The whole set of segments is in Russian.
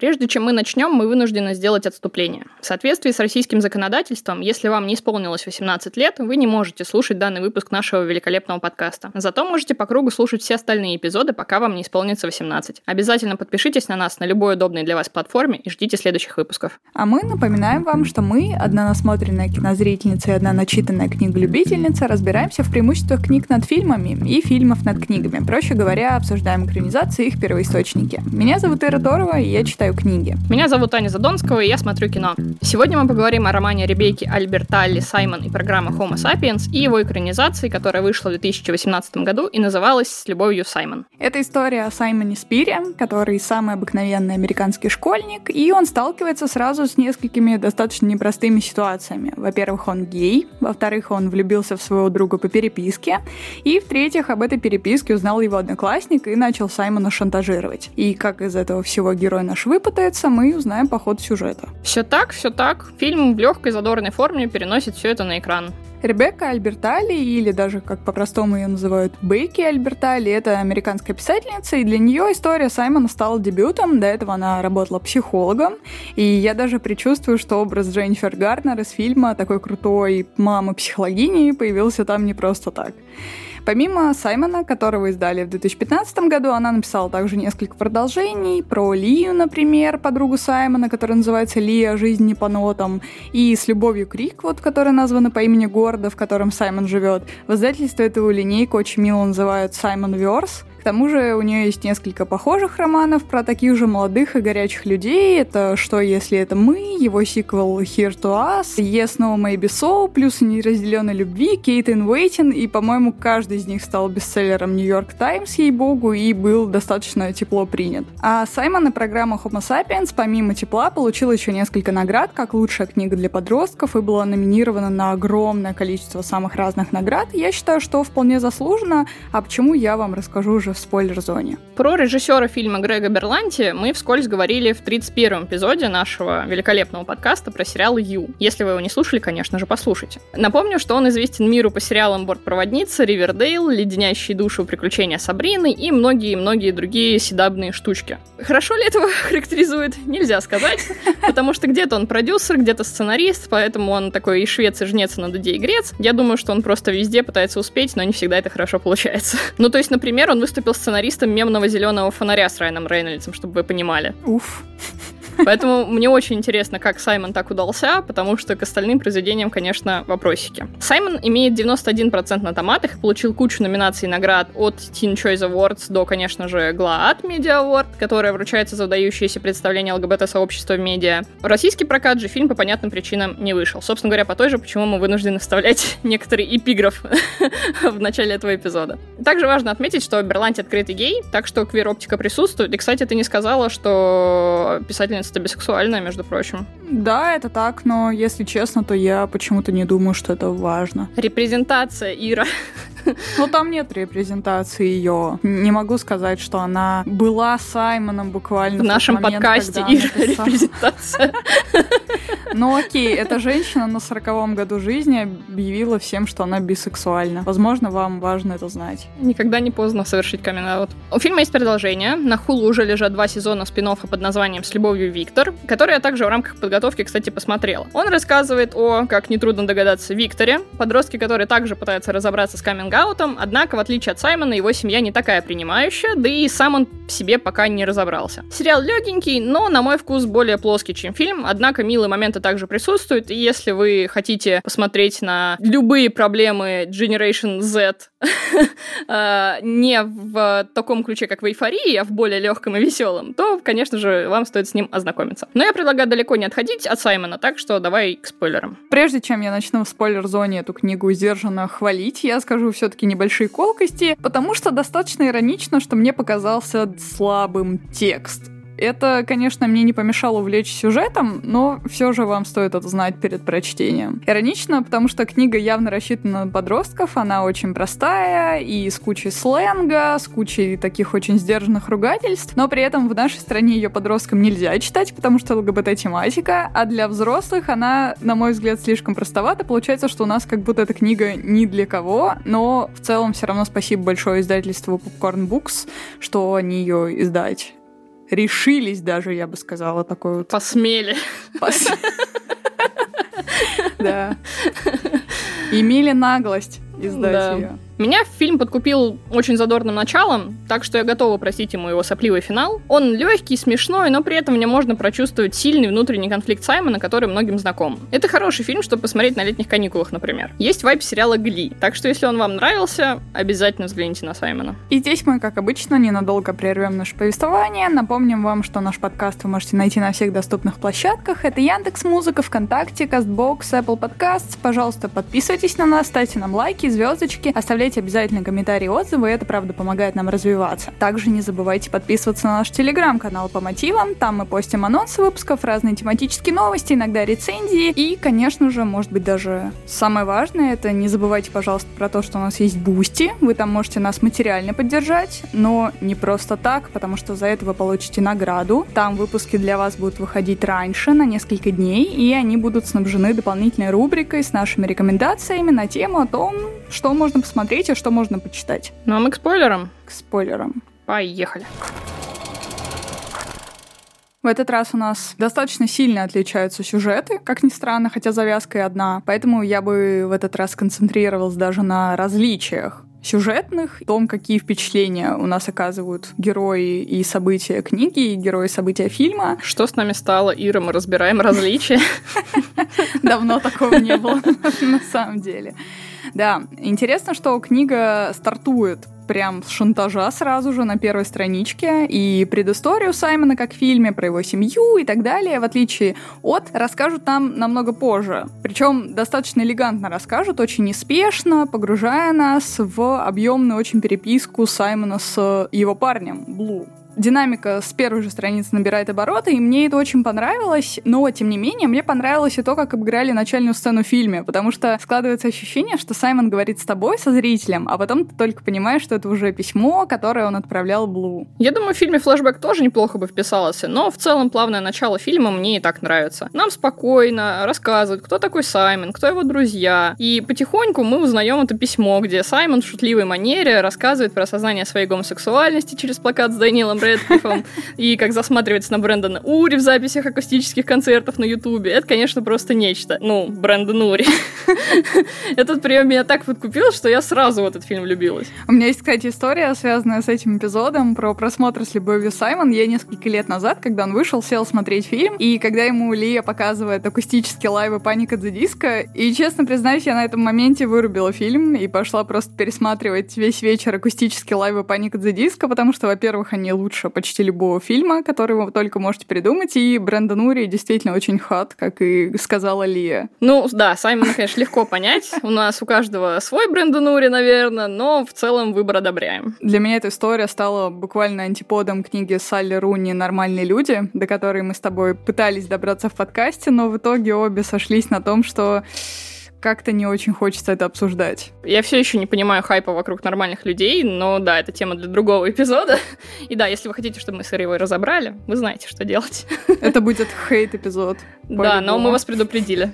Прежде чем мы начнем, мы вынуждены сделать отступление. В соответствии с российским законодательством, если вам не исполнилось 18 лет, вы не можете слушать данный выпуск нашего великолепного подкаста. Зато можете по кругу слушать все остальные эпизоды, пока вам не исполнится 18. Обязательно подпишитесь на нас на любой удобной для вас платформе и ждите следующих выпусков. А мы напоминаем вам, что мы, одна насмотренная кинозрительница и одна начитанная книголюбительница, разбираемся в преимуществах книг над фильмами и фильмов над книгами. Проще говоря, обсуждаем экранизации и их первоисточники. Меня зовут Ира Торова, и я читаю книги. Меня зовут Аня Задонского, и я смотрю кино. Сегодня мы поговорим о романе Ребекки Альберталли «Саймон» и программы Homo sapiens и его экранизации, которая вышла в 2018 году и называлась «С любовью, Саймон». Это история о Саймоне Спире, который самый обыкновенный американский школьник, и он сталкивается сразу с несколькими достаточно непростыми ситуациями. Во-первых, он гей, во-вторых, он влюбился в своего друга по переписке, и в-третьих, об этой переписке узнал его одноклассник и начал Саймона шантажировать. И как из этого всего герой наш выпутается, мы узнаем по ходу сюжета. Все так. Фильм в легкой задорной форме переносит все это на экран. Ребекка Альберталли, или даже, как по-простому ее называют, Бекки Альберталли, это американская писательница, и для нее история Саймона стала дебютом. До этого она работала психологом, и я даже предчувствую, что образ Дженнифер Гарнер из фильма такой крутой мамы-психологини появился там не просто так. Помимо Саймона, которого издали в 2015 году, она написала также несколько продолжений про Лию, например, подругу Саймона, которая называется «Лия. Жизнь не по нотам», и «С любовью Криквуд», которая названа по имени города, в котором Саймон живет. В издательстве эту линейку очень мило называют «Саймон Верс». К тому же у нее есть несколько похожих романов про таких же молодых и горячих людей. Это «Что, если это мы?», его сиквел «Here to Us», «Yes, No, Maybe So», плюс «Неразделенной любви», «Kate in Waiting», и, по-моему, каждый из них стал бестселлером «Нью-Йорк Таймс», ей-богу, и был достаточно тепло принят. А Саймон и программа Homo sapiens, помимо тепла, получила еще несколько наград, как лучшая книга для подростков, и была номинирована на огромное количество самых разных наград. Я считаю, что вполне заслуженно, а почему я вам расскажу уже в спойлер-зоне. Про режиссера фильма Грега Берланти мы вскользь говорили в 31-м эпизоде нашего великолепного подкаста про сериал «Ю». Если вы его не слушали, конечно же, послушайте. Напомню, что он известен миру по сериалам «Бортпроводница», «Ривердейл», «Леденящие душу приключения Сабрины» и многие-многие другие седабные штучки. Хорошо ли этого характеризует? Нельзя сказать, потому что где-то он продюсер, где-то сценарист, поэтому он такой и швец, и жнец, и над идеей грец. Я думаю, что он просто везде пытается успеть, но не всегда это хорошо получается. Ну, то есть, например, он выступил сценаристом мемного «Зеленого фонаря» с Райаном Рейнольдсом, чтобы вы понимали. Уф. Поэтому мне очень интересно, как Саймон так удался, потому что к остальным произведениям, конечно, вопросики. Саймон имеет 91% на томатах и получил кучу номинаций и наград от Teen Choice Awards до, конечно же, GLAAD Media Award, которая вручается за выдающееся представление ЛГБТ-сообщества в медиа. В российский прокат же фильм по понятным причинам не вышел. Собственно говоря, по той же, почему мы вынуждены вставлять некоторый эпиграф в начале этого эпизода. Также важно отметить, что Берланти открытый гей, так что квир-оптика присутствует. И, кстати, ты не сказала, что писательница-то бисексуальная, между прочим. Да, это так, но, если честно, то я почему-то не думаю, что это важно. Репрезентация, Ира. Ну, там нет репрезентации ее. Не могу сказать, что она была Саймоном буквально в нашем подкасте, Ира, репрезентация. Ну, окей, эта женщина на 40-м году жизни объявила всем, что она бисексуальна. Возможно, вам важно это знать. Никогда не поздно совершить камин-аут. У фильма есть продолжение. На Hulu уже лежат 2 сезона спин-оффа под названием «С любовью, Виктор», который я также в рамках подготовки, кстати, посмотрела. Он рассказывает о, как нетрудно догадаться, Викторе, подростке, который также пытается разобраться с каминг-аутом, однако, в отличие от Саймона, его семья не такая принимающая, да и сам он в себе пока не разобрался. Сериал легенький, но, на мой вкус, более плоский, чем фильм, однако милые моменты также присутствуют, и если вы хотите посмотреть на любые проблемы Generation Z не в таком ключе, как в «Эйфории», а в более легком и веселом, то, конечно же, вам стоит с ним ознакомиться. Но я предлагаю далеко не отходить от Саймона, так что давай к спойлерам. Прежде чем я начну в спойлер-зоне эту книгу сдержанно хвалить, я скажу все-таки небольшие колкости, потому что достаточно иронично, что мне показался слабым текст. Это, конечно, мне не помешало увлечь сюжетом, но все же вам стоит это знать перед прочтением. Иронично, потому что книга явно рассчитана на подростков, она очень простая и с кучей сленга, с кучей таких очень сдержанных ругательств, но при этом в нашей стране ее подросткам нельзя читать, потому что ЛГБТ-тематика, а для взрослых она, на мой взгляд, слишком простовата. Получается, что у нас как будто эта книга ни для кого, но в целом все равно спасибо большое издательству Popcorn Books, что они ее издать решились даже, я бы сказала, такой вот... Посмели. Да. Имели наглость издать ее. Меня фильм подкупил очень задорным началом, так что я готова простить ему его сопливый финал. Он легкий, смешной, но при этом мне можно прочувствовать сильный внутренний конфликт Саймона, который многим знаком. Это хороший фильм, чтобы посмотреть на летних каникулах, например. Есть вайб сериала «Гли», так что если он вам нравился, обязательно взгляните на Саймона. И здесь мы, как обычно, ненадолго прервем наше повествование. Напомним вам, что наш подкаст вы можете найти на всех доступных площадках. Это Яндекс.Музыка, ВКонтакте, Кастбокс, Apple Podcasts. Пожалуйста, подписывайтесь на нас, ставьте нам лайки, звездочки, оставляйте обязательно комментарии, отзывы, это, правда, помогает нам развиваться. Также не забывайте подписываться на наш телеграм-канал по мотивам, там мы постим анонсы выпусков, разные тематические новости, иногда рецензии, и, конечно же, может быть, даже самое важное, это не забывайте, пожалуйста, про то, что у нас есть Бусти, вы там можете нас материально поддержать, но не просто так, потому что за это вы получите награду, там выпуски для вас будут выходить раньше, на несколько дней, и они будут снабжены дополнительной рубрикой с нашими рекомендациями на тему о том, что можно посмотреть и что можно почитать. Ну а мы к спойлерам? К спойлерам. Поехали. В этот раз у нас достаточно сильно отличаются сюжеты, как ни странно, хотя завязка и одна. Поэтому я бы в этот раз концентрировалась даже на различиях сюжетных, том, какие впечатления у нас оказывают герои и события книги, и герои события фильма. Что с нами стало, Ира? Мы разбираем различия. Давно такого не было, на самом деле. Да, интересно, что книга стартует прям с шантажа сразу же на первой страничке, и предысторию Саймона как в фильме, про его семью и так далее, в отличие от, расскажут нам намного позже. Причем достаточно элегантно расскажут, очень неспешно, погружая нас в объемную очень переписку Саймона с его парнем, Блу. Динамика с первой же страницы набирает обороты, и мне это очень понравилось, но, тем не менее, мне понравилось и то, как обыграли начальную сцену в фильме, потому что складывается ощущение, что Саймон говорит с тобой, со зрителем, а потом ты только понимаешь, что это уже письмо, которое он отправлял Блу. Я думаю, в фильме флешбэк тоже неплохо бы вписался, но в целом плавное начало фильма мне и так нравится. Нам спокойно рассказывают, кто такой Саймон, кто его друзья, и потихоньку мы узнаем это письмо, где Саймон в шутливой манере рассказывает про осознание своей гомосексуальности через плакат с Дэниелом Рэдклиффом, и как засматривается на Брэндона Ури в записях акустических концертов на Ютубе. Это, конечно, просто нечто. Ну, Брэндон Ури. Этот прием меня так подкупил, что я сразу в этот фильм влюбилась. У меня есть, кстати, история, связанная с этим эпизодом, про просмотр с любовью Саймон. Я несколько лет назад, когда он вышел, сел смотреть фильм, и когда ему Лия показывает акустические лайвы Panic at the Disco, и, честно признаюсь, я на этом моменте вырубила фильм и пошла просто пересматривать весь вечер акустические лайвы Panic at the Disco, потому что, во-первых, они лучше почти любого фильма, который вы только можете придумать, и Брэндон Ури действительно очень хат, как и сказала Лия. Ну, да, Саймона, конечно, легко понять. У нас у каждого свой Брэндон Ури, наверное, но в целом выбор одобряем. Для меня эта история стала буквально антиподом книги Салли Руни «Нормальные люди», до которой мы с тобой пытались добраться в подкасте, но в итоге обе сошлись на том, что как-то не очень хочется это обсуждать. Я все еще не понимаю хайпа вокруг нормальных людей, но да, это тема для другого эпизода. И да, если вы хотите, чтобы мы с Ирой его разобрали, вы знаете, что делать. Это будет хейт-эпизод. Да, но мы вас предупредили.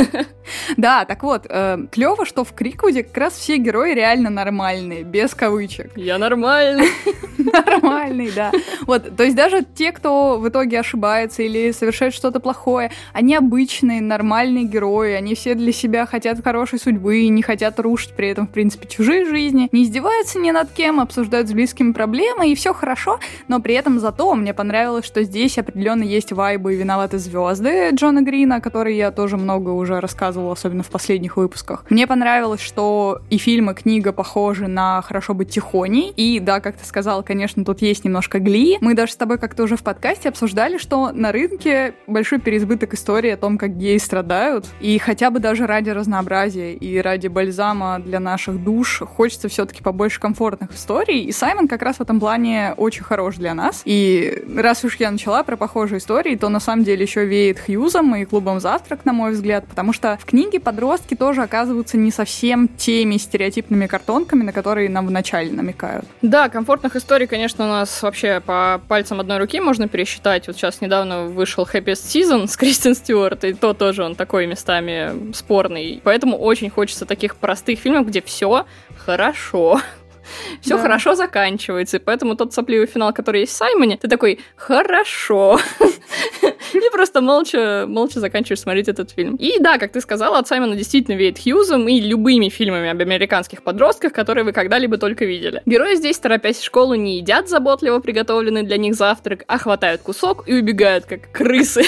Да, так вот, клево, что в Криквуде как раз все герои реально нормальные, без кавычек. Я нормальный. Нормальный, да. Вот, то есть даже те, кто в итоге ошибается или совершает что-то плохое, они обычные, нормальные герои, они все для себя хотят хорошей судьбы, не хотят рушить при этом, в принципе, чужие жизни, не издеваются ни над кем, обсуждают с близкими проблемы, и все хорошо, но при этом зато мне понравилось, что здесь определенно есть вайбы и виноваты звезды Джона Грина, о которой я тоже много уже рассказывала, особенно в последних выпусках. Мне понравилось, что и фильм, и книга похожи на «Хорошо быть тихоней», и да, как ты сказала, конечно, тут есть немножко Гли. Мы даже с тобой как-то уже в подкасте обсуждали, что на рынке большой переизбыток истории о том, как геи страдают, и хотя бы даже ради разнообразия и ради бальзама для наших душ хочется все-таки побольше комфортных историй, и Саймон как раз в этом плане очень хорош для нас. И раз уж я начала про похожие истории, то на самом деле еще веет Хьюзом и клубом «Завтрак», на мой взгляд, потому что в книге подростки тоже оказываются не совсем теми стереотипными картонками, на которые нам вначале намекают. Да, комфортных историй, конечно, у нас вообще по пальцам одной руки можно пересчитать. Вот сейчас недавно вышел Happiest Season с Кристен Стюарт, и то тоже он такой местами спорный. Поэтому очень хочется таких простых фильмов, где все хорошо. Все хорошо заканчивается, и поэтому тот сопливый финал, который есть в Саймоне, ты такой, хорошо. И просто молча заканчиваешь смотреть этот фильм. И да, как ты сказала, от Саймона действительно веет Хьюзом и любыми фильмами об американских подростках, которые вы когда-либо только видели. Герои здесь, торопясь в школу, не едят заботливо приготовленный для них завтрак, а хватают кусок и убегают, как крысы.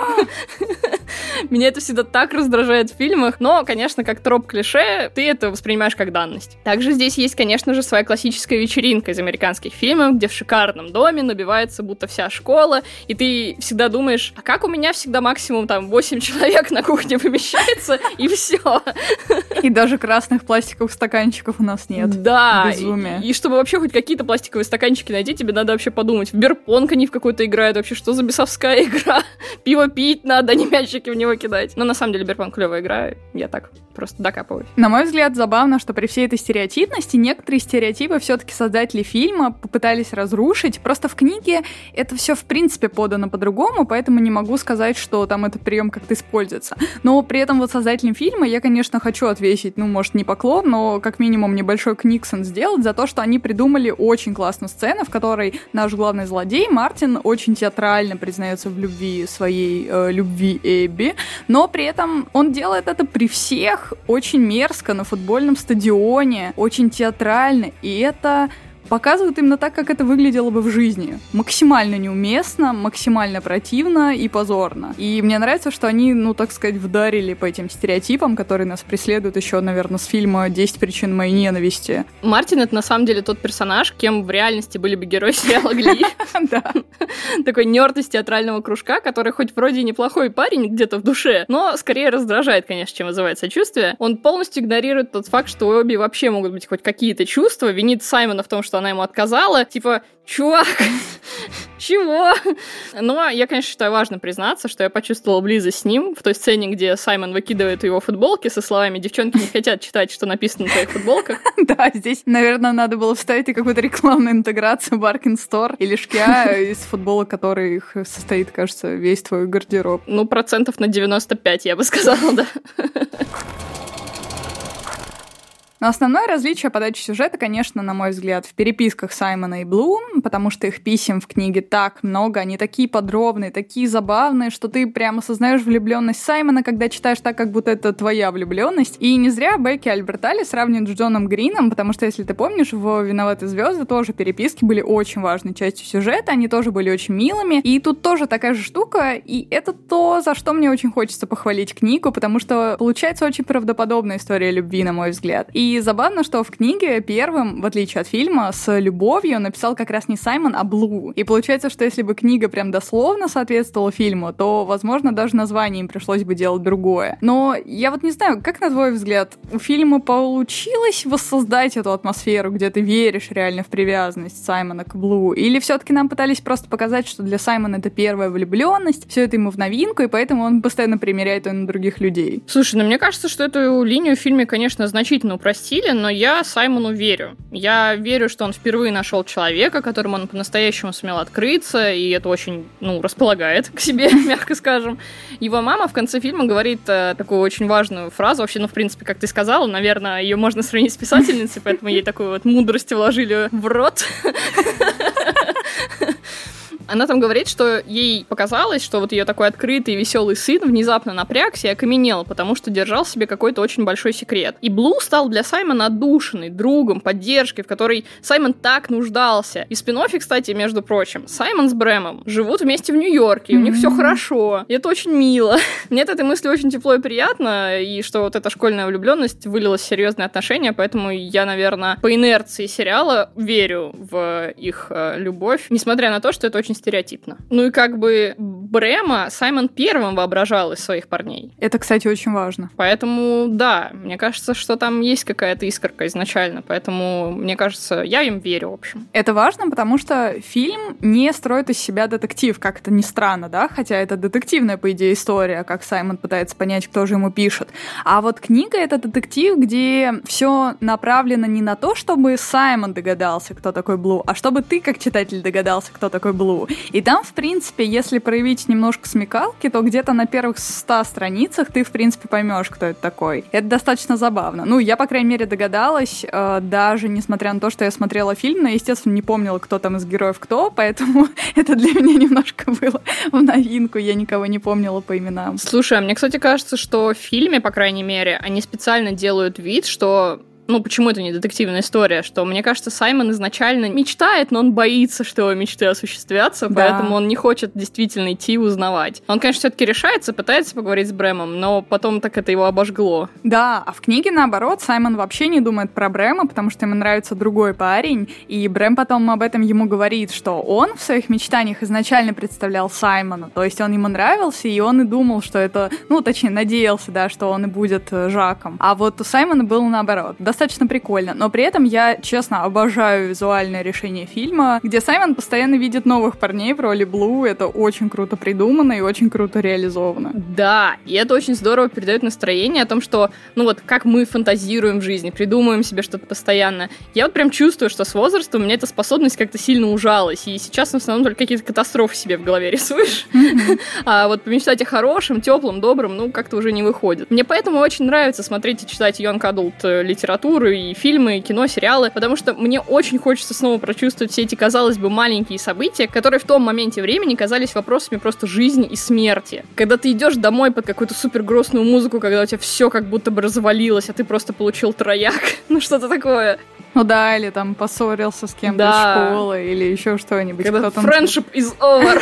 Меня это всегда так раздражает в фильмах, но, конечно, как троп-клише, ты это воспринимаешь как данность. Также здесь есть, конечно же, своя классическая вечеринка из американских фильмов, где в шикарном доме набивается будто вся школа, и ты всегда думаешь, а как у меня всегда максимум там 8 человек на кухне помещается, и все. И даже красных пластиковых стаканчиков у нас нет. Да, безумие. И чтобы вообще хоть какие-то пластиковые стаканчики найти, тебе надо вообще подумать, в бирпонг они в какой-то играют, вообще что за бесовская игра? Пиво пить надо, а не мячики в него кидать. Но на самом деле бирпонг клевая игра, я так просто докапываюсь. На мой взгляд, забавно, что при всей этой стереотипности некоторые стереотипы все-таки создатели фильма попытались разрушить. Просто в книге это все в принципе подано по-другому, поэтому не могу сказать, что там этот прием как-то используется. Но при этом вот создателям фильма я, конечно, хочу отвесить, может, не поклон, но как минимум небольшой книксон сделать за то, что они придумали очень классную сцену, в которой наш главный злодей Мартин очень театрально признается в любви своей любви Эбби, но при этом он делает это при всех очень мерзко на футбольном стадионе, очень театрально, и это показывают именно так, как это выглядело бы в жизни. Максимально неуместно, максимально противно и позорно. И мне нравится, что они, так сказать, вдарили по этим стереотипам, которые нас преследуют еще, наверное, с фильма «10 причин моей ненависти». Мартин — это на самом деле тот персонаж, кем в реальности были бы герои сериала «Гли». Да. Такой нерд из театрального кружка, который хоть вроде неплохой парень где-то в душе, но скорее раздражает, конечно, чем вызывает сочувствие. Он полностью игнорирует тот факт, что у Эбби вообще могут быть хоть какие-то чувства, винит Саймона в том, что она ему отказала, типа, чувак, чего? Но я, конечно, считаю важно признаться, что я почувствовала близость с ним в той сцене, где Саймон выкидывает его футболки со словами «Девчонки не хотят читать, что написано на твоих футболках». Да, здесь, наверное, надо было вставить и какую-то рекламную интеграцию Баркин Стор или Шкиа из футболок, которых состоит, кажется, весь твой гардероб. 95%, я бы сказала, да. Но основное различие подачи сюжета, конечно, на мой взгляд, в переписках Саймона и Блу, потому что их писем в книге так много, они такие подробные, такие забавные, что ты прямо осознаешь влюбленность Саймона, когда читаешь так, как будто это твоя влюбленность. И не зря Бекки Альбертали сравнивают с Джоном Грином, потому что, если ты помнишь, в «Виноваты звезды» тоже переписки были очень важной частью сюжета, они тоже были очень милыми, и тут тоже такая же штука, и это то, за что мне очень хочется похвалить книгу, потому что получается очень правдоподобная история любви, на мой взгляд. И забавно, что в книге первым, в отличие от фильма, с любовью написал как раз не Саймон, а Блу. И получается, что если бы книга прям дословно соответствовала фильму, то, возможно, даже название им пришлось бы делать другое. Но я вот не знаю, как на твой взгляд, у фильма получилось воссоздать эту атмосферу, где ты веришь реально в привязанность Саймона к Блу? Или все-таки нам пытались просто показать, что для Саймона это первая влюбленность, все это ему в новинку, и поэтому он постоянно примеряет ее на других людей? Слушай, мне кажется, что эту линию в фильме, конечно, значительно упростили, но я Саймону верю. Я верю, что он впервые нашел человека, которому он по-настоящему сумел открыться, и это очень, располагает к себе, мягко скажем. Его мама в конце фильма говорит такую очень важную фразу, вообще, в принципе, как ты сказала, наверное, ее можно сравнить с писательницей, поэтому ей такую вот мудрость вложили в рот. Она там говорит, что ей показалось, что вот ее такой открытый и веселый сын внезапно напрягся и окаменел, потому что держал в себе какой-то очень большой секрет. И Блу стал для Саймона отдушиной, другом, поддержкой, в которой Саймон так нуждался. И в спин-оффе, кстати, между прочим, Саймон с Брэмом живут вместе в Нью-Йорке, и у них все хорошо. И это очень мило. Мне от этой мысли очень тепло и приятно, и что вот эта школьная влюбленность вылилась в серьезные отношения, поэтому я, наверное, по инерции сериала верю в их любовь, несмотря на то, что это очень стереотипно. Ну и как бы Брэма Саймон первым воображал из своих парней. Это, кстати, очень важно. Поэтому, да, мне кажется, что там есть какая-то искорка изначально, поэтому, мне кажется, я им верю, в общем. Это важно, потому что фильм не строит из себя детектив, как это ни странно, да, хотя это детективная, по идее, история, как Саймон пытается понять, кто же ему пишет. А вот книга — это детектив, где все направлено не на то, чтобы Саймон догадался, кто такой Блу, а чтобы ты, как читатель, догадался, кто такой Блу. И там, в принципе, если проявить немножко смекалки, то где-то на первых 100 страницах ты, в принципе, поймешь, кто это такой. Это достаточно забавно. Ну, я, по крайней мере, догадалась, даже несмотря на то, что я смотрела фильм, но, естественно, не помнила, кто там из героев кто, поэтому это для меня немножко было в новинку. Я никого не помнила по именам. Слушай, а мне, кстати, кажется, что в фильме, по крайней мере, они специально делают вид, что... Ну, почему это не детективная история? Что, мне кажется, Саймон изначально мечтает, но он боится, что его мечты осуществятся, да. Поэтому он не хочет действительно идти и узнавать. Он, конечно, все-таки решается, пытается поговорить с Брэмом, но потом так это его обожгло. Да, а в книге, наоборот, Саймон вообще не думает про Брэма, потому что ему нравится другой парень, и Брэм потом об этом ему говорит, что он в своих мечтаниях изначально представлял Саймона, то есть он ему нравился, и он и думал, что это, ну, точнее, надеялся, да, что он и будет Жаком. А вот у Саймона было наоборот. Достаточно прикольно, но при этом я, честно, обожаю визуальное решение фильма, где Саймон постоянно видит новых парней в роли Блу, это очень круто придумано и очень круто реализовано. Да, и это очень здорово передает настроение о том, что, ну вот, как мы фантазируем в жизни, придумываем себе что-то постоянно. Я вот прям чувствую, что с возрастом у меня эта способность как-то сильно ужалась, и сейчас в основном только какие-то катастрофы себе в голове рисуешь, а вот помечтать о хорошем, теплом, добром, ну, как-то уже не выходит. Мне поэтому очень нравится смотреть и читать young adult литературу, и фильмы, и кино, сериалы, потому что мне очень хочется снова прочувствовать все эти, казалось бы, маленькие события, которые в том моменте времени казались вопросами просто жизни и смерти. Когда ты идешь домой под какую-то супер грустную музыку, когда у тебя все как будто бы развалилось, а ты просто получил трояк, ну что-то такое. Ну да, или там поссорился с кем-то из школы, или еще что-нибудь. Когда friendship is over.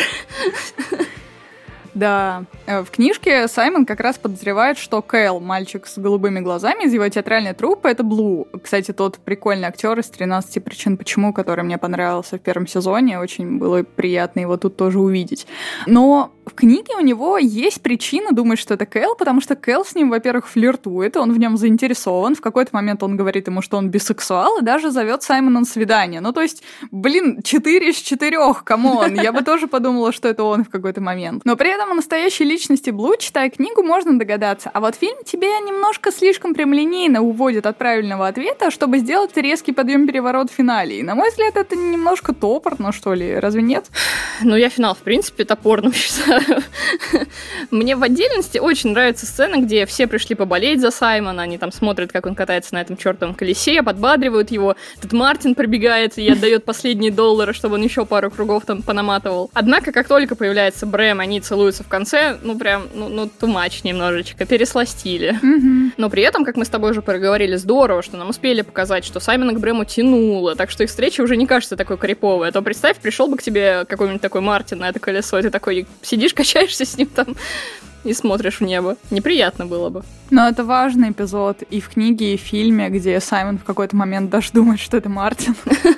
Да. В книжке Саймон как раз подозревает, что Кэл, мальчик с голубыми глазами из его театральной труппы, это Блу. Кстати, тот прикольный актер из «13 причин почему», который мне понравился в первом сезоне. Очень было приятно его тут тоже увидеть. Но в книге у него есть причина думать, что это Кэл, потому что Кэл с ним, во-первых, флиртует, он в нем заинтересован. В какой-то момент он говорит ему, что он бисексуал, и даже зовет Саймона на свидание. Ну, то есть, 4 из 4, камон. Я бы тоже подумала, что это он в какой-то момент. Но при этом о настоящей личности Блу, читая книгу, можно догадаться. А вот фильм тебе немножко слишком прямолинейно уводит от правильного ответа, чтобы сделать резкий подъем-переворот в финале. И, на мой взгляд, это немножко топорно, что ли. Разве нет? Ну, я финал, в принципе, топорным считаю. Мне в отдельности очень нравится сцена, где все пришли поболеть за Саймона, они там смотрят, как он катается на этом чертовом колесе, подбадривают его. Этот Мартин пробегает и отдает последние $, чтобы он еще пару кругов там понаматывал. Однако, как только появляется Брэм, они целуются в конце, ну прям, ну too much немножечко, пересластили. Но при этом, как мы с тобой уже проговорили, здорово, что нам успели показать, что Саймона к Брэму тянуло, так что их встреча уже не кажется такой криповой. А то представь, пришел бы к тебе какой-нибудь такой Мартин на это колесо, и ты такой сидишь, качаешься с ним там и смотришь в небо. Неприятно было бы. Но это важный эпизод и в книге, и в фильме, где Саймон в какой-то момент даже думает, что это Мартин.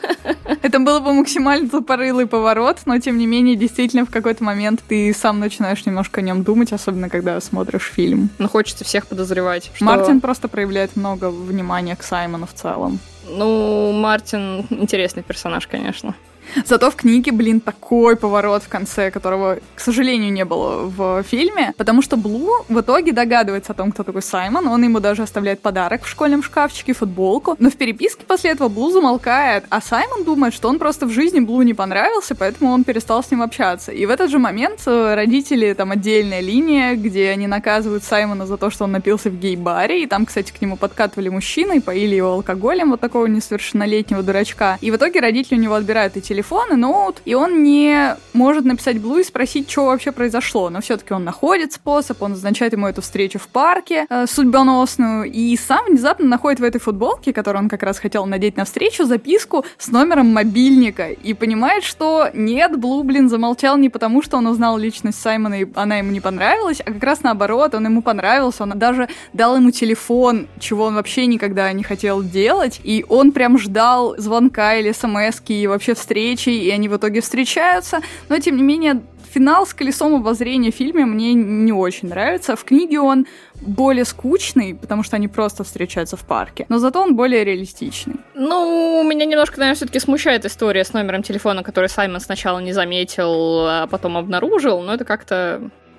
Это было бы максимально тупорылый поворот, но тем не менее, действительно, в какой-то момент ты сам начинаешь немножко о нем думать, особенно когда смотришь фильм. Ну, хочется всех подозревать. Что... Мартин просто проявляет много внимания к Саймону в целом. Ну, Мартин интересный персонаж, конечно. Зато в книге, такой поворот в конце, которого, к сожалению, не было в фильме, потому что Блу в итоге догадывается о том, кто такой Саймон, он ему даже оставляет подарок в школьном шкафчике, футболку, но в переписке после этого Блу замолкает, а Саймон думает, что он просто в жизни Блу не понравился, поэтому он перестал с ним общаться. И в этот же момент родители, там отдельная линия, где они наказывают Саймона за то, что он напился в гей-баре, и там, кстати, к нему подкатывали мужчины и поили его алкоголем, вот такого несовершеннолетнего дурачка. И в итоге родители у него отбирают и телефон, и ноут, и он не может написать Блу и спросить, что вообще произошло. Но все-таки он находит способ, он назначает ему эту встречу в парке судьбоносную, и сам внезапно находит в этой футболке, которую он как раз хотел надеть на встречу, записку с номером мобильника, и понимает, что нет, Блу, замолчал не потому, что он узнал личность Саймона, и она ему не понравилась, а как раз наоборот, он ему понравился, он даже дал ему телефон, чего он вообще никогда не хотел делать, и он прям ждал звонка или смс-ки и вообще встречи, и они в итоге встречаются, но тем не менее финал с колесом обозрения в фильме мне не очень нравится. В книге он более скучный, потому что они просто встречаются в парке, но зато он более реалистичный. Ну, меня немножко, наверное, все-таки смущает история с номером телефона, который Саймон сначала не заметил, а потом обнаружил, но это как-то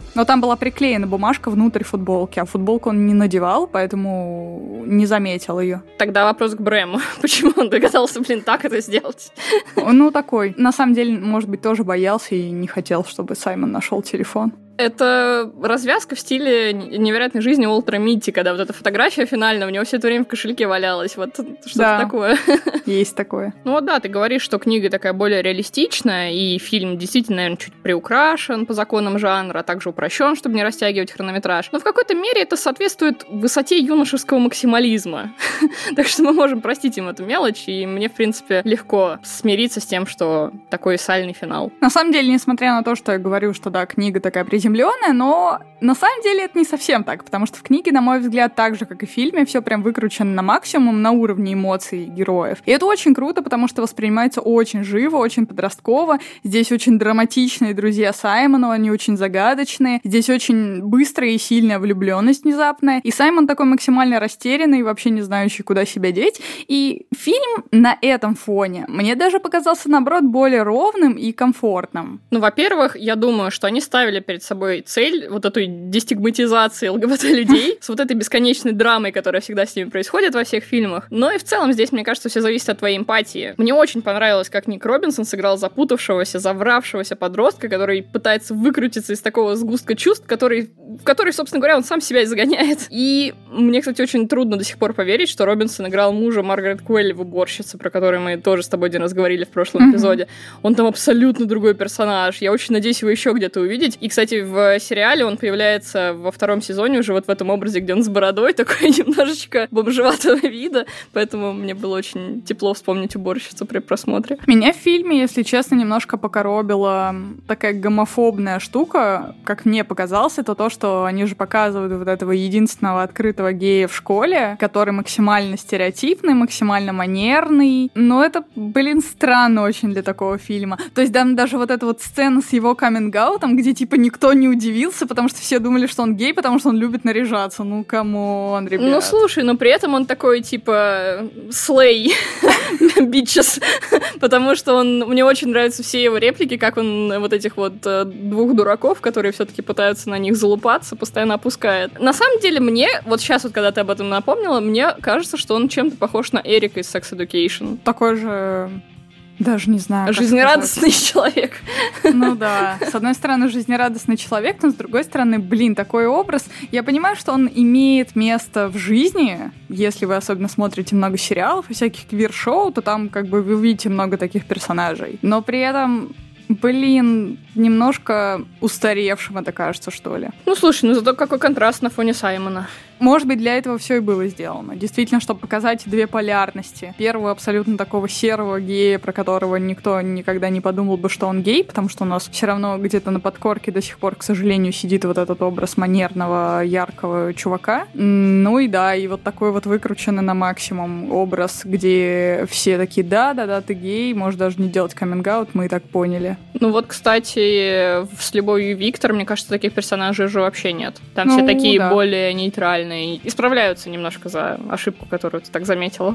Но там была приклеена бумажка внутрь футболки, а футболку он не надевал, поэтому не заметил ее. Тогда вопрос к Брэму. Почему он догадался, так это сделать? Ну, такой. На самом деле, может быть, тоже боялся и не хотел, чтобы Саймон нашел телефон. Это развязка в стиле невероятной жизни Уолтера Митти, когда вот эта фотография финальная у него все это время в кошельке валялась. Вот что-то такое. Есть такое. Ну вот да, ты говоришь, что книга такая более реалистичная, и фильм действительно, наверное, чуть приукрашен по законам жанра, а также упрощен, чтобы не растягивать хронометраж. Но в какой-то мере это соответствует высоте юношеского максимализма. Так что мы можем простить им эту мелочь, и мне, в принципе, легко смириться с тем, что такой сальный финал. На самом деле, несмотря на то, что я говорю, что да, книга такая приземленная, но на самом деле это не совсем так, потому что в книге, на мой взгляд, так же, как и в фильме, все прям выкручено на максимум, на уровне эмоций героев. И это очень круто, потому что воспринимается очень живо, очень подростково. Здесь очень драматичные друзья Саймона, они очень загадочные. Здесь очень быстрая и сильная влюбленность внезапная. И Саймон такой максимально растерянный, вообще не знающий, куда себя деть. И фильм на этом фоне мне даже показался, наоборот, более ровным и комфортным. Ну, во-первых, я думаю, что они ставили перед собой цель вот этой дестигматизации ЛГБТ-людей с вот этой бесконечной драмой, которая всегда с ними происходит во всех фильмах. Но и в целом здесь, мне кажется, все зависит от твоей эмпатии. Мне очень понравилось, как Ник Робинсон сыграл запутавшегося, завравшегося подростка, который пытается выкрутиться из такого сгустка чувств, в который, собственно говоря, он сам себя и загоняет. И мне, кстати, очень трудно до сих пор поверить, что Робинсон играл мужа Маргарет Куэлли в «Уборщице», про которую мы тоже с тобой один раз говорили в прошлом эпизоде. Он там абсолютно другой персонаж. Я очень надеюсь его еще где-то увидеть. И, кстати, в сериале он появляется во втором сезоне уже вот в этом образе, где он с бородой, такой немножечко бомжеватого вида. Поэтому мне было очень тепло вспомнить «Уборщицу» при просмотре. Меня в фильме, если честно, немножко покоробила такая гомофобная штука, как мне показалось, это то, что они же показывают вот этого единственного открытого гея в школе, который максимально стереотипный, максимально манерный. Но это, странно очень для такого фильма. То есть там даже вот эта вот сцена с его каминг-аутом, где типа никто не удивился, потому что все думали, что он гей, потому что он любит наряжаться. Ну, камон, ребят. Ну, слушай, но при этом он такой, типа, слей, бичес, потому что мне очень нравятся все его реплики, как он вот этих вот двух дураков, которые все-таки пытаются на них залупаться, постоянно опускает. На самом деле, мне, вот сейчас вот, когда ты об этом напомнила, мне кажется, что он чем-то похож на Эрика из Sex Education. Такой же... Даже не знаю. Жизнерадостный человек. Ну да. С одной стороны, жизнерадостный человек, но с другой стороны, такой образ. Я понимаю, что он имеет место в жизни. Если вы особенно смотрите много сериалов и всяких квир-шоу, то там как бы вы увидите много таких персонажей. Но при этом... немножко устаревшим это кажется, что ли. Ну, слушай, зато какой контраст на фоне Саймона. Может быть, для этого все и было сделано. Действительно, чтобы показать две полярности. Первого абсолютно такого серого гея, про которого никто никогда не подумал бы, что он гей, потому что у нас все равно где-то на подкорке до сих пор, к сожалению, сидит вот этот образ манерного, яркого чувака. Ну и да, и вот такой вот выкрученный на максимум образ, где все такие, да, ты гей, можешь даже не делать каминг-аут, мы и так поняли. Ну вот, кстати, с «Любовью, Виктор», мне кажется, таких персонажей уже вообще нет. Там все такие более нейтральные. Исправляются немножко за ошибку, которую ты так заметила.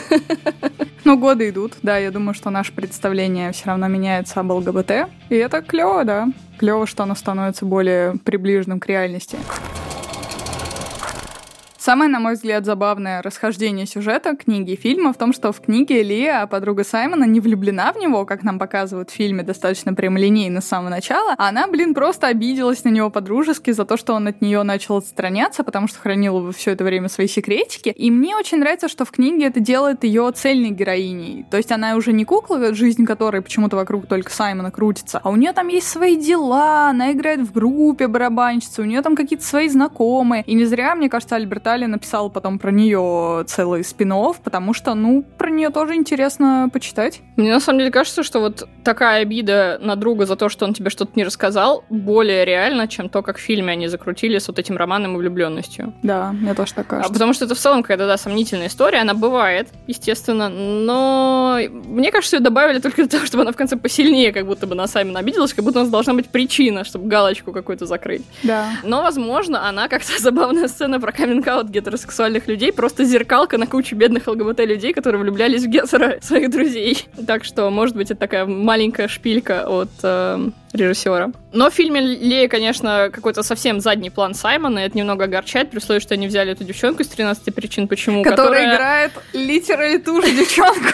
Ну, годы идут. Да, я думаю, что наше представление все равно меняется об ЛГБТ. И это клево, да. Клево, что оно становится более приближенным к реальности. Самое, на мой взгляд, забавное расхождение сюжета книги и фильма в том, что в книге Лия, подруга Саймона, не влюблена в него, как нам показывают в фильме достаточно прямолинейно с самого начала, а она, просто обиделась на него по-дружески за то, что он от нее начал отстраняться, потому что хранил все это время свои секретики. И мне очень нравится, что в книге это делает ее цельной героиней. То есть она уже не кукла, жизнь которой почему-то вокруг только Саймона крутится, а у нее там есть свои дела, она играет в группе барабанщицы, у нее там какие-то свои знакомые. И не зря, мне кажется, Альберт Али написал потом про нее целый спин-офф, потому что, про нее тоже интересно почитать. Мне на самом деле кажется, что вот такая обида на друга за то, что он тебе что-то не рассказал, более реально, чем то, как в фильме они закрутили с вот этим романом и влюбленностью. Да, мне тоже так кажется. Потому что это в целом какая-то, сомнительная история, она бывает, естественно, но мне кажется, ее добавили только для того, чтобы она в конце посильнее как будто бы на Саймона обиделась, как будто у нас должна быть причина, чтобы галочку какую-то закрыть. Да. Но, возможно, она как-то забавная сцена про каминг-аут гетеросексуальных людей, просто зеркалка на кучу бедных ЛГБТ-людей, которые влюблялись в гетеро своих друзей. Так что, может быть, это такая маленькая шпилька от режиссера. Но в фильме Лея, конечно, какой-то совсем задний план Саймона, и это немного огорчает, при условии, что они взяли эту девчонку из 13 причин почему, которая играет литерали ту же девчонку.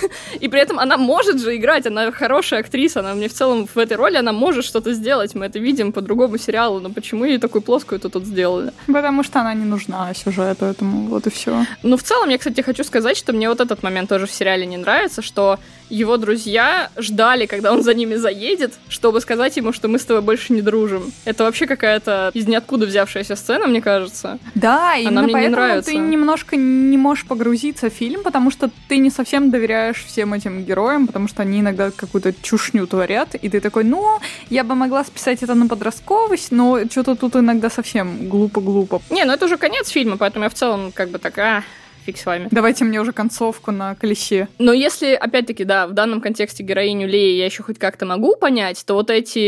И при этом она может же играть, она хорошая актриса, она мне в целом в этой роли, она может что-то сделать, мы это видим по другому сериалу, но почему ей такую плоскую-то тут сделали? Потому что она не нужна сюжету этому, вот и все. Ну, в целом, я, кстати, хочу сказать, что мне вот этот момент тоже в сериале не нравится, что его друзья ждали, когда он за ними заедет, чтобы сказать ему, что мы с тобой больше не дружим. Это вообще какая-то из ниоткуда взявшаяся сцена, мне кажется. Да, именно мне поэтому не нравится. Ты немножко не можешь погрузиться в фильм, потому что ты не совсем доверяешь всем этим героям, потому что они иногда какую-то чушню творят, и ты такой, ну, я бы могла списать это на подростковость, но что-то тут иногда совсем глупо-глупо. Не, ну это уже конец фильма, поэтому я в целом как бы такая... Фиг с вами. Давайте мне уже концовку на колесе. Но если, опять-таки, да, в данном контексте героиню Леи я еще хоть как-то могу понять, то вот эти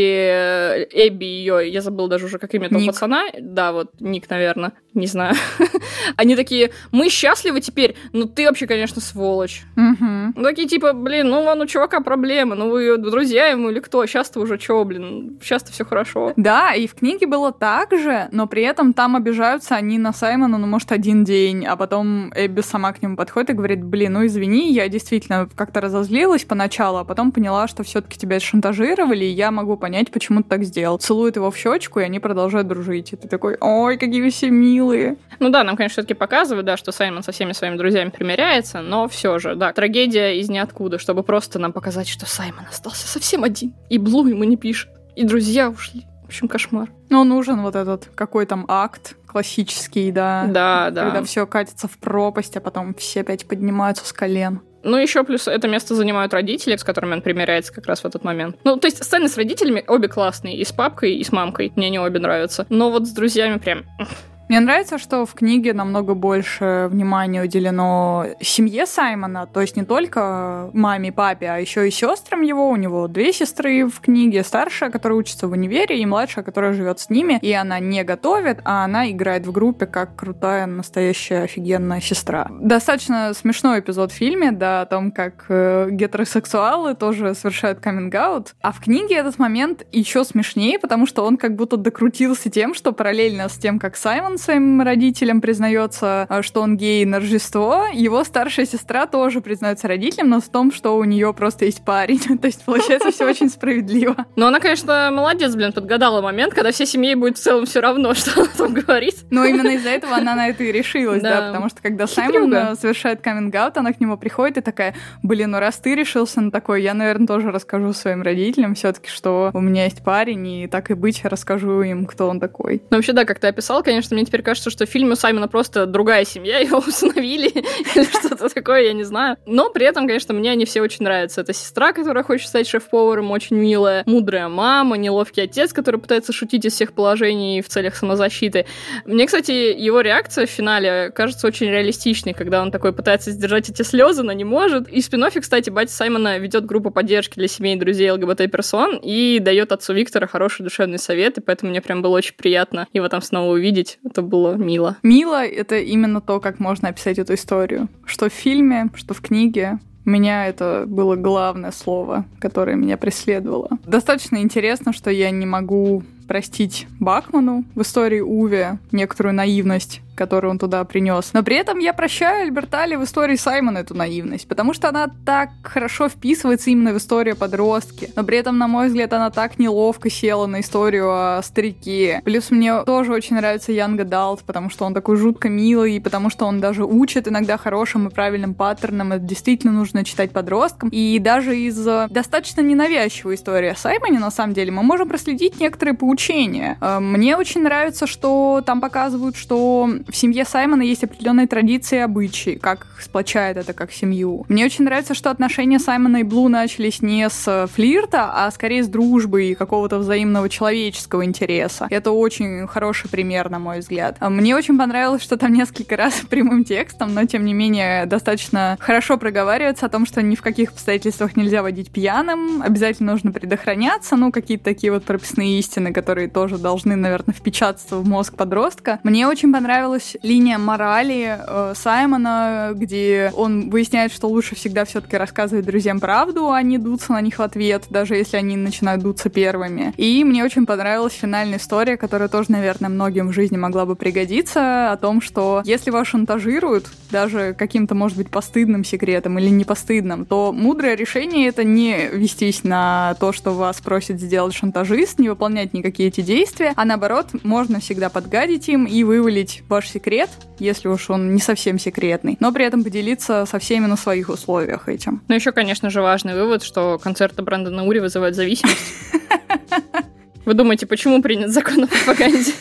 Эбби ее, я забыла даже уже, как имя этого пацана, да, вот Ник, наверное, не знаю, они такие, мы счастливы теперь, ну ты вообще, конечно, сволочь. Ну такие типа, блин, ну вон у чувака проблемы, ну вы друзья ему или кто, сейчас-то уже чё, блин, сейчас-то все хорошо. Да, и в книге было так же, но при этом там обижаются они на Саймона, ну может один день, а потом Эбби сама к нему подходит и говорит, блин, ну извини, я действительно как-то разозлилась поначалу, а потом поняла, что все-таки тебя шантажировали, и я могу понять, почему ты так сделал. Целует его в щечку, и они продолжают дружить. И ты такой, ой, какие вы все милые. Ну да, нам, конечно, все-таки показывают, да, что Саймон со всеми своими друзьями примиряется, но все же, да, трагедия из ниоткуда, чтобы просто нам показать, что Саймон остался совсем один, и Блу ему не пишет, и друзья ушли. В общем, кошмар. Но нужен вот этот, какой там акт классический, да. Да, да. Когда все катится в пропасть, а потом все опять поднимаются с колен. Ну, еще плюс это место занимают родители, с которыми он примиряется как раз в этот момент. Ну, то есть сцены с родителями обе классные, и с папкой, и с мамкой. Мне они обе нравятся. Но вот с друзьями прям... Мне нравится, что в книге намного больше внимания уделено семье Саймона, то есть не только маме и папе, а еще и сестрам его. У него 2 сестры в книге, старшая, которая учится в универе, и младшая, которая живет с ними, и она не готовит, а она играет в группе как крутая, настоящая, офигенная сестра. Достаточно смешной эпизод в фильме, да, о том, как гетеросексуалы тоже совершают каминг-аут, а в книге этот момент еще смешнее, потому что он как будто докрутился тем, что параллельно с тем, как Саймон своим родителям признается, что он гей на Рождество, его старшая сестра тоже признается родителям, но в том, что у нее просто есть парень. То есть, получается, все очень справедливо. Но она, конечно, молодец, блин, подгадала момент, когда всей семье будет в целом все равно, что она там говорит. Но именно из-за этого она на это и решилась, да, потому что когда Саймон совершает каминг-аут, она к нему приходит и такая, блин, ну раз ты решился на такой, я, наверное, тоже расскажу своим родителям все-таки, что у меня есть парень, и так и быть, расскажу им, кто он такой. Ну, вообще, да, как ты описал, конечно, мне теперь кажется, что в фильме у Саймона просто другая семья, его усыновили или что-то такое, я не знаю. Но при этом, конечно, мне они все очень нравятся. Это сестра, которая хочет стать шеф-поваром, очень милая, мудрая мама, неловкий отец, который пытается шутить из всех положений в целях самозащиты. Мне, кстати, его реакция в финале кажется очень реалистичной, когда он такой пытается сдержать эти слезы, но не может. И в спин-оффе, кстати, батя Саймона ведет группу поддержки для семей и друзей ЛГБТ-персон и дает отцу Виктора хороший душевный совет, и поэтому мне прям было очень приятно его там снова увидеть. Это было мило. Мило — это именно то, как можно описать эту историю. Что в фильме, что в книге. У меня это было главное слово, которое меня преследовало. Достаточно интересно, что я не могу простить Бакману в истории Уве некоторую наивность, которую он туда принес. Но при этом я прощаю Альбертали в истории Саймона эту наивность, потому что она так хорошо вписывается именно в историю подростки. Но при этом, на мой взгляд, она так неловко села на историю о старике. Плюс мне тоже очень нравится Янг Адалт, потому что он такой жутко милый, и потому что он даже учит иногда хорошим и правильным паттернам. Это действительно нужно читать подросткам. И даже из достаточно ненавязчивой истории о Саймоне, на самом деле, мы можем проследить некоторые поучения. Мне очень нравится, что там показывают, что в семье Саймона есть определенные традиции и обычаи, как сплочает это как семью. Мне очень нравится, что отношения Саймона и Блу начались не с флирта, а скорее с дружбы и какого-то взаимного человеческого интереса. Это очень хороший пример, на мой взгляд. Мне очень понравилось, что там несколько раз прямым текстом, но тем не менее достаточно хорошо проговаривается о том, что ни в каких обстоятельствах нельзя водить пьяным, обязательно нужно предохраняться, ну, какие-то такие вот прописные истины, которые тоже должны, наверное, впечататься в мозг подростка. Мне очень понравилось, понравилась линия морали Саймона, где он выясняет, что лучше всегда все-таки рассказывать друзьям правду, а не дуться на них в ответ, даже если они начинают дуться первыми. И мне очень понравилась финальная история, которая тоже, наверное, многим в жизни могла бы пригодиться, о том, что если вас шантажируют, даже каким-то, может быть, постыдным секретом или не постыдным, то мудрое решение — это не вестись на то, что вас просит сделать шантажист, не выполнять никакие эти действия, а наоборот, можно всегда подгадить им и вывалить ваш секрет, если уж он не совсем секретный, но при этом поделиться со всеми на своих условиях этим. Ну, еще, конечно же, важный вывод, что концерты Брэндона Ури вызывают зависимость. Вы думаете, почему принят закон о пропаганде?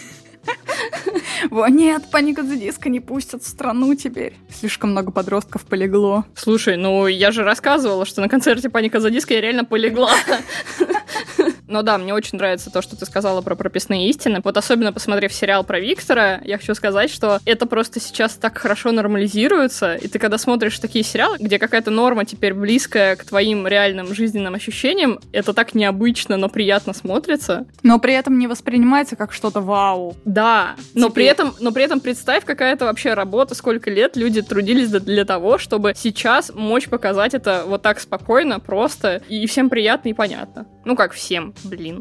Нет, Паник at the Disco не пустят в страну теперь. Слишком много подростков полегло. Слушай, ну я же рассказывала, что на концерте Паник at the Disco я реально полегла. Но да, мне очень нравится то, что ты сказала про прописные истины. Вот особенно посмотрев сериал про Виктора, я хочу сказать, что это просто сейчас так хорошо нормализируется, и ты когда смотришь такие сериалы, где какая-то норма теперь близкая к твоим реальным жизненным ощущениям, это так необычно, но приятно смотрится. Но при этом не воспринимается как что-то вау. Да, но при этом представь, какая-то вообще работа, сколько лет люди трудились для того, чтобы сейчас мочь показать это вот так спокойно, просто, и всем приятно и понятно. Ну как всем, блин.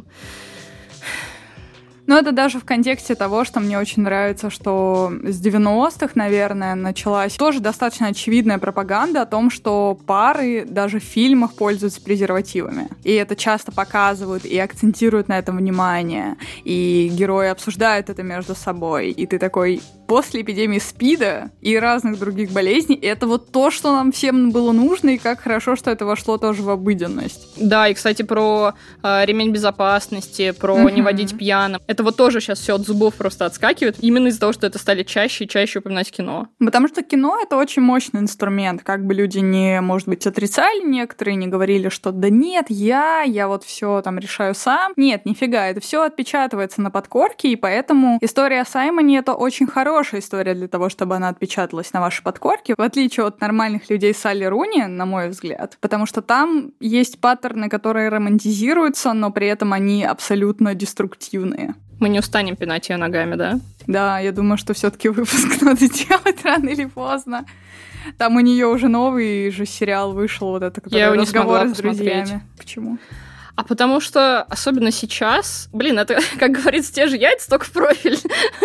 Но это даже в контексте того, что мне очень нравится, что с 90-х, наверное, началась тоже достаточно очевидная пропаганда о том, что пары даже в фильмах пользуются презервативами. И это часто показывают и акцентируют на этом внимание. И герои обсуждают это между собой. И ты такой, после эпидемии СПИДа и разных других болезней, это вот то, что нам всем было нужно, и как хорошо, что это вошло тоже в обыденность. Да, и, кстати, про ремень безопасности, про не водить пьяным. Это вот тоже сейчас все от зубов просто отскакивает, именно из-за того, что это стали чаще и чаще упоминать кино. Потому что кино — это очень мощный инструмент. Как бы люди не, может быть, отрицали некоторые, не говорили, что да нет, я вот все там решаю сам. Нет, нифига, это все отпечатывается на подкорке, и поэтому история о Саймоне — это очень хорошая история для того, чтобы она отпечаталась на вашей подкорке, в отличие от нормальных людей Салли Руни, на мой взгляд, потому что там есть паттерны, которые романтизируются, но при этом они абсолютно деструктивные. Мы не устанем пинать ее ногами, да? Да, я думаю, что все-таки выпуск надо делать рано или поздно. Там у нее уже новый же сериал вышел, вот это, который разговоры с друзьями. Почему? А потому что, особенно сейчас, это, как говорится, те же яйца, только в профиль.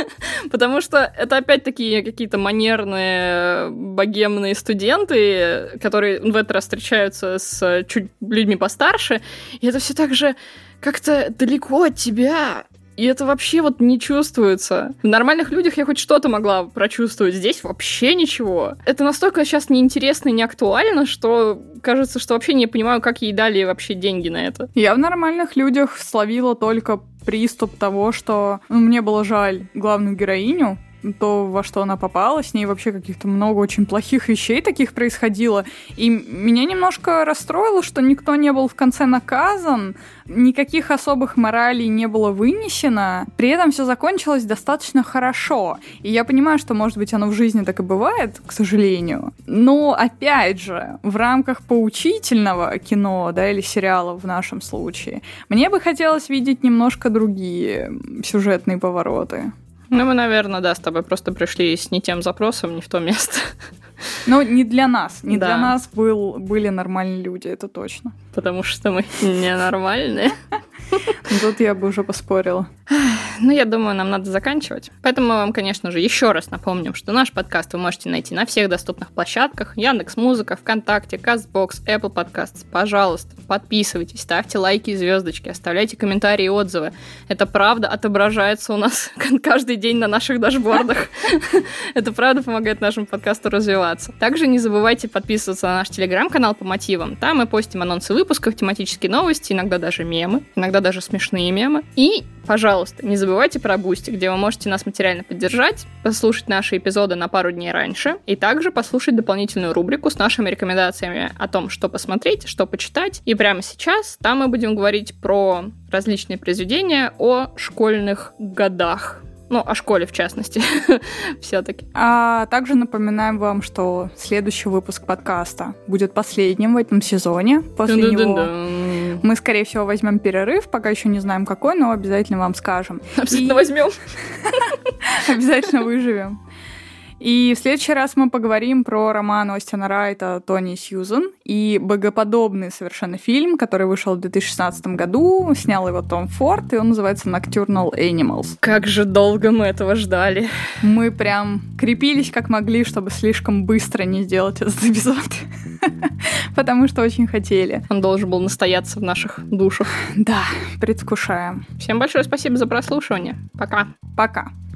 Потому что это опять-таки какие-то манерные, богемные студенты, которые в этот раз встречаются с чуть людьми постарше, и это все так же как-то далеко от тебя. И это вообще вот не чувствуется. В нормальных людях я хоть что-то могла прочувствовать. Здесь вообще ничего. Это настолько сейчас неинтересно и не актуально, что кажется, что вообще не понимаю, как ей дали вообще деньги на это. Я в нормальных людях словила только приступ того, что мне было жаль главную героиню, то, во что она попала, с ней вообще каких-то много очень плохих вещей таких происходило. И меня немножко расстроило, что никто не был в конце наказан, никаких особых моралей не было вынесено. При этом все закончилось достаточно хорошо. И я понимаю, что, может быть, оно в жизни так и бывает, к сожалению. Но, опять же, в рамках поучительного кино, да, или сериала в нашем случае, мне бы хотелось видеть немножко другие сюжетные повороты. Ну, мы, наверное, да, с тобой просто пришли с не тем запросом, не в то место. Ну, не для нас. Не для нас были нормальные люди, это точно. Потому что мы ненормальные. Тут я бы уже поспорила. Ну, я думаю, нам надо заканчивать. Поэтому мы вам, конечно же, еще раз напомним, что наш подкаст вы можете найти на всех доступных площадках: Яндекс.Музыка, ВКонтакте, Castbox, Apple Podcasts. Пожалуйста, подписывайтесь, ставьте лайки и звездочки, оставляйте комментарии и отзывы. Это правда отображается у нас каждый день на наших дашбордах. Это правда помогает нашему подкасту развиваться. Также не забывайте подписываться на наш телеграм-канал по мотивам. Там мы постим анонсы выпусков, тематические новости, иногда даже мемы, иногда даже смешные мемы. И, пожалуйста, не забывайте про Бусти, где вы можете нас материально поддержать, послушать наши эпизоды на пару дней раньше, и также послушать дополнительную рубрику с нашими рекомендациями о том, что посмотреть, что почитать. И прямо сейчас там мы будем говорить про различные произведения о школьных годах. Ну, о школе, в частности, все-таки. А также напоминаем вам, что следующий выпуск подкаста будет последним в этом сезоне. После него мы, скорее всего, возьмем перерыв, пока еще не знаем какой, но обязательно вам скажем. Обязательно возьмем. Обязательно выживем. И в следующий раз мы поговорим про роман Остина Райта «Тони и Сьюзан» и богоподобный совершенно фильм, который вышел в 2016 году. Снял его Том Форд, и он называется «Nocturnal Animals». Как же долго мы этого ждали. Мы прям крепились как могли, чтобы слишком быстро не сделать этот эпизод. Потому что очень хотели. Он должен был настояться в наших душах. Да, предвкушаем. Всем большое спасибо за прослушивание. Пока. Пока.